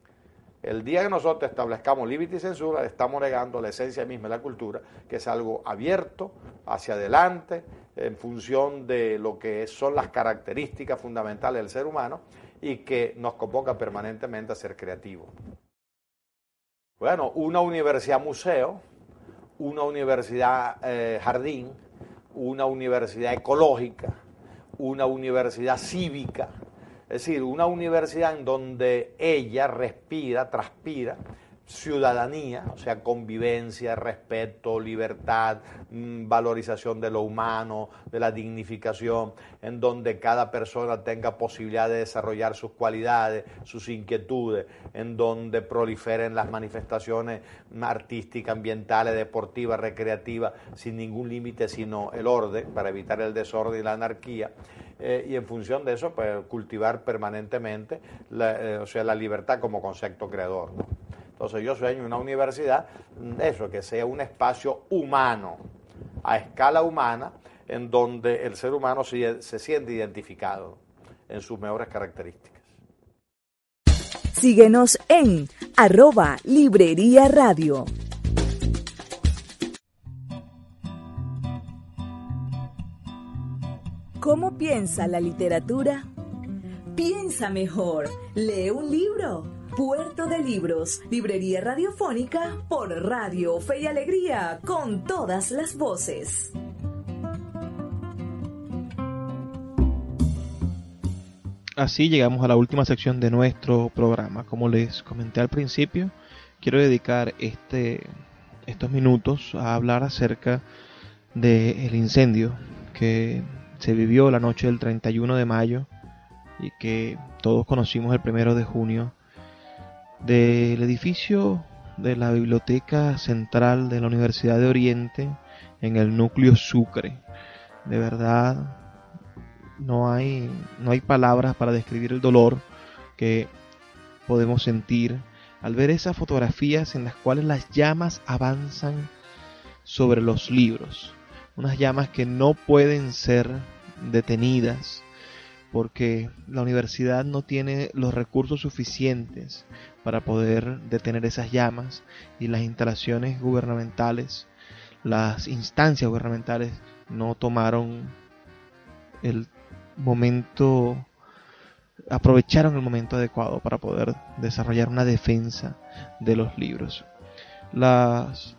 El día que nosotros establezcamos límite y censura, estamos negando la esencia misma de la cultura, que es algo abierto, hacia adelante, en función de lo que son las características fundamentales del ser humano y que nos convoca permanentemente a ser creativos. Bueno, una universidad museo, una universidad eh, jardín, una universidad ecológica, una universidad cívica. Es decir, una universidad en donde ella respira, transpira ciudadanía, o sea, convivencia, respeto, libertad, mmm, valorización de lo humano, de la dignificación, en donde cada persona tenga posibilidad de desarrollar sus cualidades, sus inquietudes, en donde proliferen las manifestaciones artísticas, ambientales, deportivas, recreativas, sin ningún límite, sino el orden, para evitar el desorden y la anarquía. Eh, y en función de eso, pues cultivar permanentemente la, eh, o sea, la libertad como concepto creador, ¿no? Entonces yo sueño una universidad, eso, que sea un espacio humano, a escala humana, en donde el ser humano se, se siente identificado en sus mejores características. Síguenos en arroba Librería Radio. ¿Cómo piensa la literatura? Piensa mejor, lee un libro. Puerto de Libros, librería radiofónica por Radio Fe y Alegría, con todas las voces. así llegamos a la última sección de nuestro programa. Como les comenté al principio, quiero dedicar este, estos minutos a hablar acerca del incendio que se vivió la noche del treinta y uno de mayo y que todos conocimos el primero de junio del edificio de la Biblioteca Central de la Universidad de Oriente en el núcleo Sucre. De verdad, no hay, no hay palabras para describir el dolor que podemos sentir al ver esas fotografías en las cuales las llamas avanzan sobre los libros. Unas llamas que no pueden ser detenidas porque la universidad no tiene los recursos suficientes para poder detener esas llamas, y las instalaciones gubernamentales, las instancias gubernamentales no tomaron el momento, aprovecharon el momento adecuado para poder desarrollar una defensa de los libros. Las,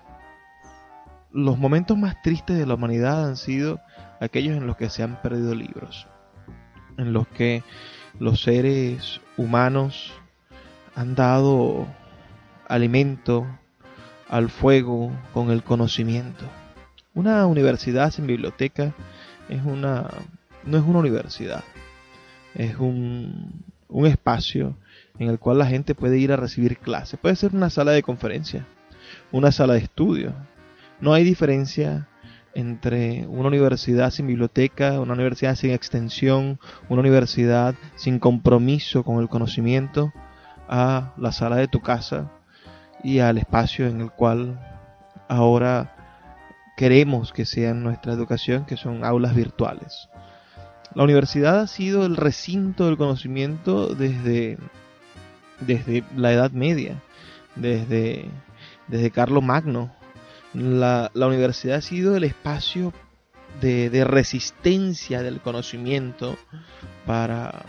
los momentos más tristes de la humanidad han sido aquellos en los que se han perdido libros, en los que los seres humanos han dado alimento al fuego con el conocimiento. Una universidad sin biblioteca es una, no es una universidad, es un, un espacio en el cual la gente puede ir a recibir clases. Puede ser una sala de conferencia, una sala de estudio. No hay diferencia entre una universidad sin biblioteca, una universidad sin extensión, una universidad sin compromiso con el conocimiento, a la sala de tu casa y al espacio en el cual ahora queremos que sea nuestra educación, que son aulas virtuales. La universidad ha sido el recinto del conocimiento desde, desde la Edad Media, desde, desde Carlomagno. La, la universidad ha sido el espacio de, de resistencia del conocimiento para,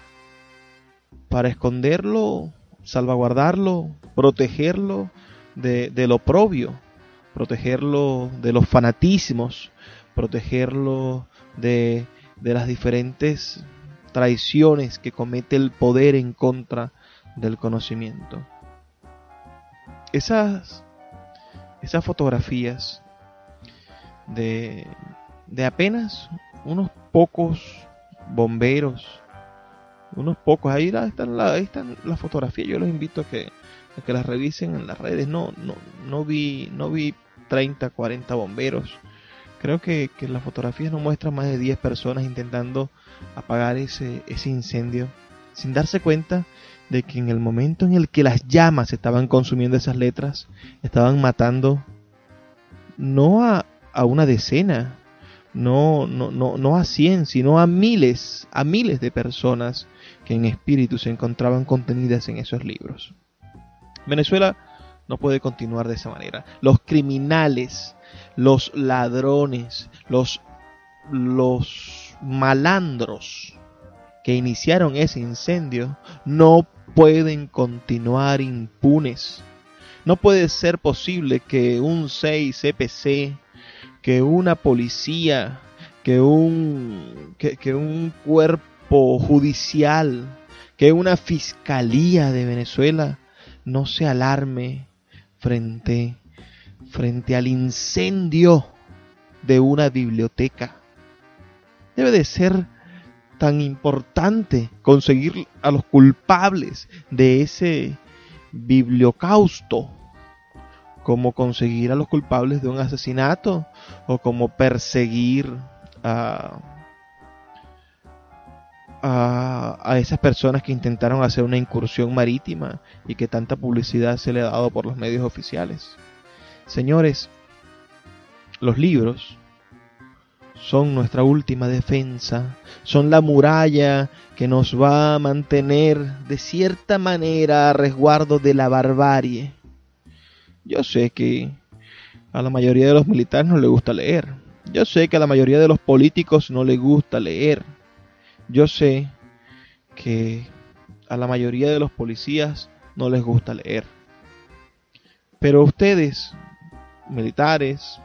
para esconderlo, salvaguardarlo, protegerlo de, de lo oprobio, protegerlo de los fanatismos, protegerlo de, de las diferentes traiciones que comete el poder en contra del conocimiento. Esas Esas fotografías de, de apenas unos pocos bomberos, unos pocos, ahí están, la, ahí están las fotografías. Yo los invito a que, a que las revisen en las redes. No, no, no vi, no vi treinta, cuarenta bomberos. Creo que, que las fotografías no muestran más de diez personas intentando apagar ese, ese incendio, sin darse cuenta de que en el momento en el que las llamas estaban consumiendo esas letras, estaban matando no a, a una decena, no, no, no, no a cien, sino a miles, a miles de personas que en espíritu se encontraban contenidas en esos libros. Venezuela no puede continuar de esa manera. Los criminales, los ladrones, los, los malandros que iniciaron ese incendio no pueden continuar impunes. No puede ser posible que un seis C P C, que una policía, que un, que, que un cuerpo judicial, que una fiscalía de Venezuela no se alarme frente, frente al incendio de una biblioteca. Debe de ser tan importante conseguir a los culpables de ese bibliocausto como conseguir a los culpables de un asesinato, o como perseguir a, a, a esas personas que intentaron hacer una incursión marítima y que tanta publicidad se le ha dado por los medios oficiales. Señores, los libros son nuestra última defensa, son la muralla que nos va a mantener de cierta manera a resguardo de la barbarie. Yo sé que a la mayoría de los militares no les gusta leer. Yo sé que a la mayoría de los políticos no les gusta leer. Yo sé que a la mayoría de los policías no les gusta leer. Pero ustedes, militares,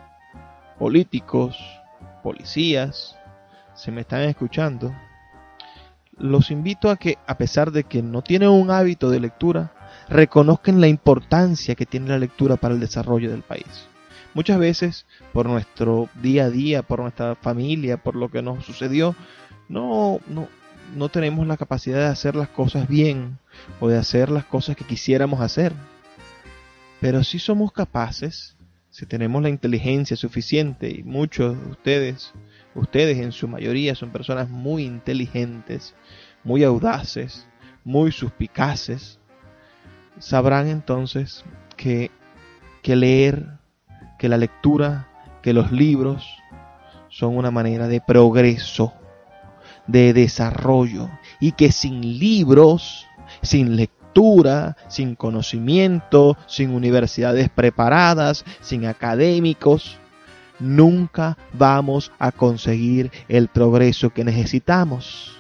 políticos, policías, se me están escuchando, los invito a que, a pesar de que no tienen un hábito de lectura, reconozcan la importancia que tiene la lectura para el desarrollo del país. Muchas veces, por nuestro día a día, por nuestra familia, por lo que nos sucedió, no, no, no tenemos la capacidad de hacer las cosas bien o de hacer las cosas que quisiéramos hacer. Pero sí somos capaces, si tenemos la inteligencia suficiente, y muchos de ustedes, ustedes en su mayoría son personas muy inteligentes, muy audaces, muy suspicaces, sabrán entonces que, que leer, que la lectura, que los libros son una manera de progreso, de desarrollo, y que sin libros, sin lectura, sin conocimiento, sin universidades preparadas, sin académicos, nunca vamos a conseguir el progreso que necesitamos.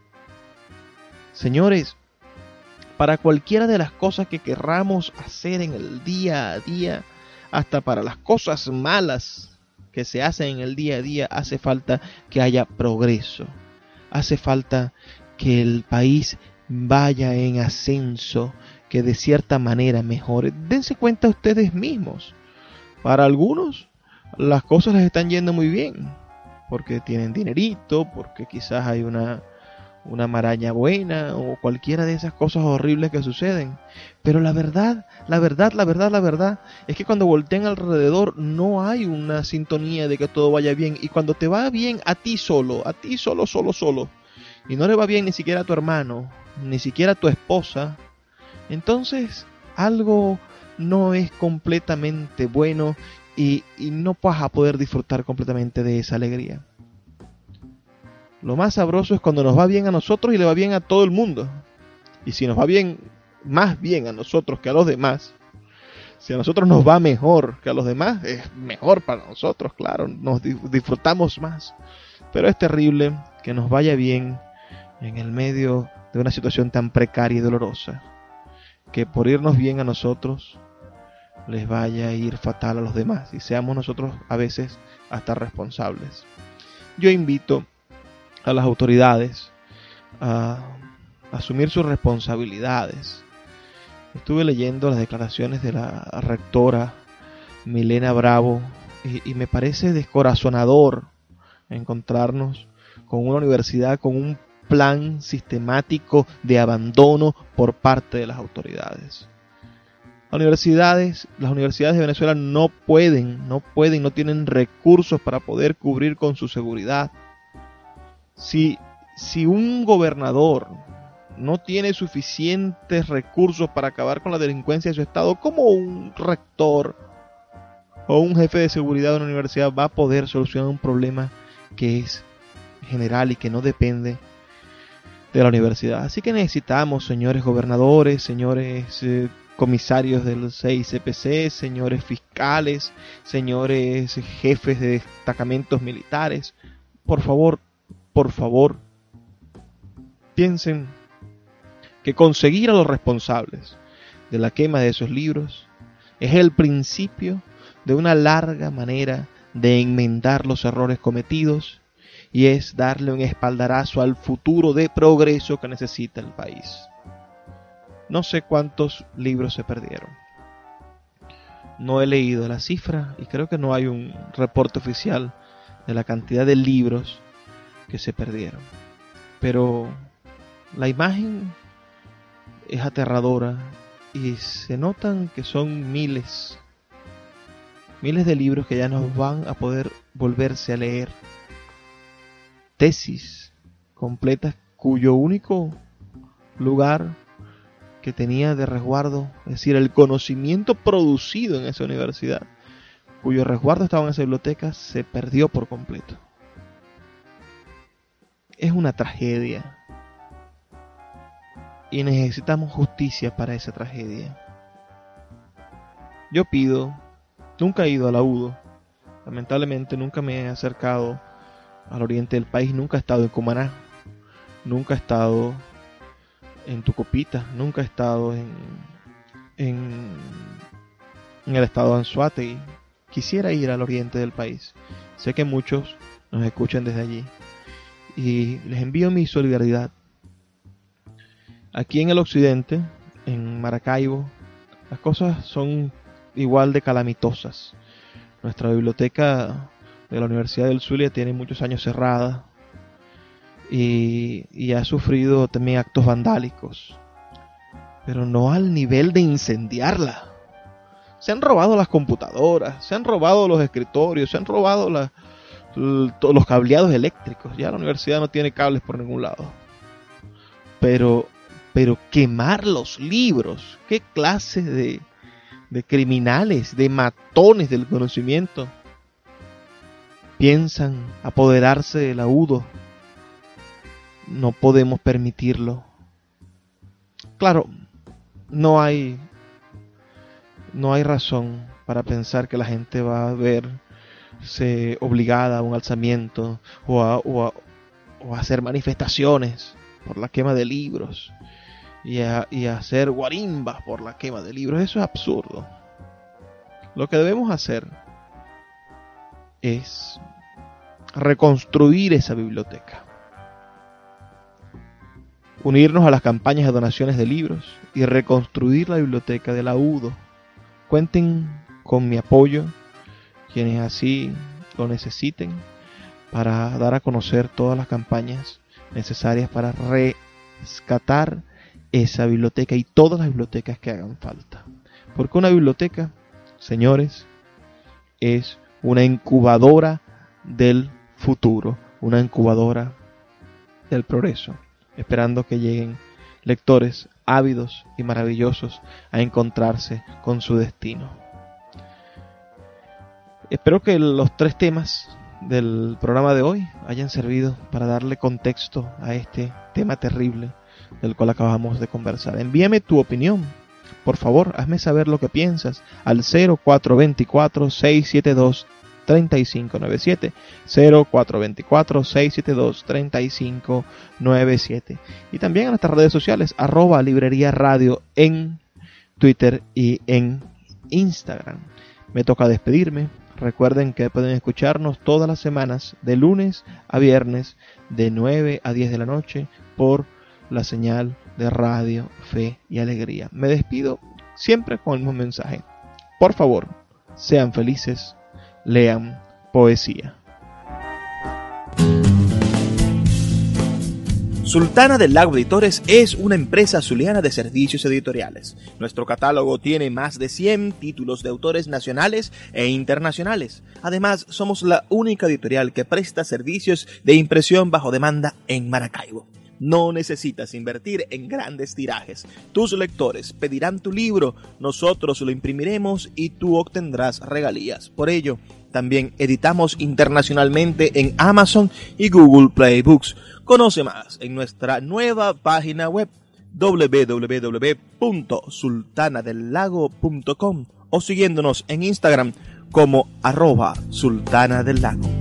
Señores, para cualquiera de las cosas que querramos hacer en el día a día, hasta para las cosas malas que se hacen en el día a día, hace falta que haya progreso. Hace falta que el país vaya en ascenso, que de cierta manera mejore. Dense cuenta ustedes mismos. Para algunos las cosas les están yendo muy bien, porque tienen dinerito, porque quizás hay una, una maraña buena o cualquiera de esas cosas horribles que suceden. Pero la verdad, la verdad, la verdad, la verdad es que cuando voltean alrededor no hay una sintonía de que todo vaya bien. Y cuando te va bien a ti solo, a ti solo, solo, solo, y no le va bien ni siquiera a tu hermano, ni siquiera a tu esposa, entonces algo no es completamente bueno y, y no vas a poder disfrutar completamente de esa alegría. Lo más sabroso es cuando nos va bien a nosotros y le va bien a todo el mundo. Y si nos va bien, más bien a nosotros que a los demás, si a nosotros nos va mejor que a los demás, es mejor para nosotros, claro, nos disfrutamos más. Pero es terrible que nos vaya bien en el medio de una situación tan precaria y dolorosa, que por irnos bien a nosotros les vaya a ir fatal a los demás y seamos nosotros a veces hasta responsables. Yo invito a las autoridades a asumir sus responsabilidades. Estuve leyendo las declaraciones de la rectora Milena Bravo y, y me parece descorazonador encontrarnos con una universidad con un plan sistemático de abandono por parte de las autoridades. Las universidades, las universidades de Venezuela no pueden, no pueden, no tienen recursos para poder cubrir con su seguridad. Si, si un gobernador no tiene suficientes recursos para acabar con la delincuencia de su estado, ¿cómo un rector o un jefe de seguridad de una universidad va a poder solucionar un problema que es general y que no depende de la universidad? Así que necesitamos, señores gobernadores, señores eh, comisarios del C I C P C, señores fiscales, señores jefes de destacamentos militares, por favor, por favor, piensen que conseguir a los responsables de la quema de esos libros es el principio de una larga manera de enmendar los errores cometidos y es darle un espaldarazo al futuro de progreso que necesita el país. No sé cuántos libros se perdieron. No he leído la cifra y creo que no hay un reporte oficial de la cantidad de libros que se perdieron. Pero la imagen es aterradora y se notan que son miles, miles de libros que ya no van a poder volverse a leer. Tesis completas cuyo único lugar que tenía de resguardo, es decir, el conocimiento producido en esa universidad, cuyo resguardo estaba en esa biblioteca, se perdió por completo. Es una tragedia y necesitamos justicia para esa tragedia. Yo pido, nunca he ido a la U D O, lamentablemente nunca me he acercado al oriente del país, nunca he estado en Cumaná, nunca he estado en Tucupita, nunca he estado en, en, en el estado de Anzoátegui. Quisiera ir al oriente del país. Sé que muchos nos escuchan desde allí y les envío mi solidaridad Aquí en el occidente, en Maracaibo, las cosas son igual de calamitosas. Nuestra biblioteca de la Universidad del Zulia tiene muchos años cerrada y, y ha sufrido también actos vandálicos, pero no al nivel de incendiarla. Se han robado las computadoras, se han robado los escritorios, se han robado la, los cableados eléctricos. Ya la universidad no tiene cables por ningún lado. Pero, pero quemar los libros, ¿qué clase de, de criminales, de matones del conocimiento piensan apoderarse del laudo? No podemos permitirlo. Claro, no hay no hay razón para pensar que la gente va a verse obligada a un alzamiento o a, o a, o a hacer manifestaciones por la quema de libros y a, y a hacer guarimbas por la quema de libros. Eso es absurdo. Lo que debemos hacer es reconstruir esa biblioteca, unirnos a las campañas de donaciones de libros y reconstruir la biblioteca del laudo. Cuenten con mi apoyo, quienes así lo necesiten, para dar a conocer todas las campañas necesarias para rescatar esa biblioteca y todas las bibliotecas que hagan falta. Porque una biblioteca, señores, es una incubadora del futuro, una incubadora del progreso, esperando que lleguen lectores ávidos y maravillosos a encontrarse con su destino. Espero que los tres temas del programa de hoy hayan servido para darle contexto a este tema terrible del cual acabamos de conversar. Envíame tu opinión. Por favor, hazme saber lo que piensas al cero cuatro dos cuatro, seis siete dos, tres cinco nueve siete, cero cuatro dos cuatro, seis siete dos, tres cinco nueve siete, y también en nuestras redes sociales arroba librería radio en Twitter y en Instagram. Me toca despedirme. Recuerden que pueden escucharnos todas las semanas de lunes a viernes de nueve a diez de la noche por la señal de Radio Fe y Alegría. Me despido siempre con el mismo mensaje. Por favor, sean felices, lean poesía. Sultana del Lago Editores es una empresa zuliana de servicios editoriales. Nuestro catálogo tiene más de cien títulos de autores nacionales e internacionales. Además, somos la única editorial que presta servicios de impresión bajo demanda en Maracaibo. No necesitas invertir en grandes tirajes. Tus lectores pedirán tu libro, nosotros lo imprimiremos y tú obtendrás regalías. Por ello, también editamos internacionalmente en Amazon y Google Play Books. Conoce más en nuestra nueva página web doble u doble u doble u punto sultana del lago punto com o siguiéndonos en Instagram como arroba sultana del lago.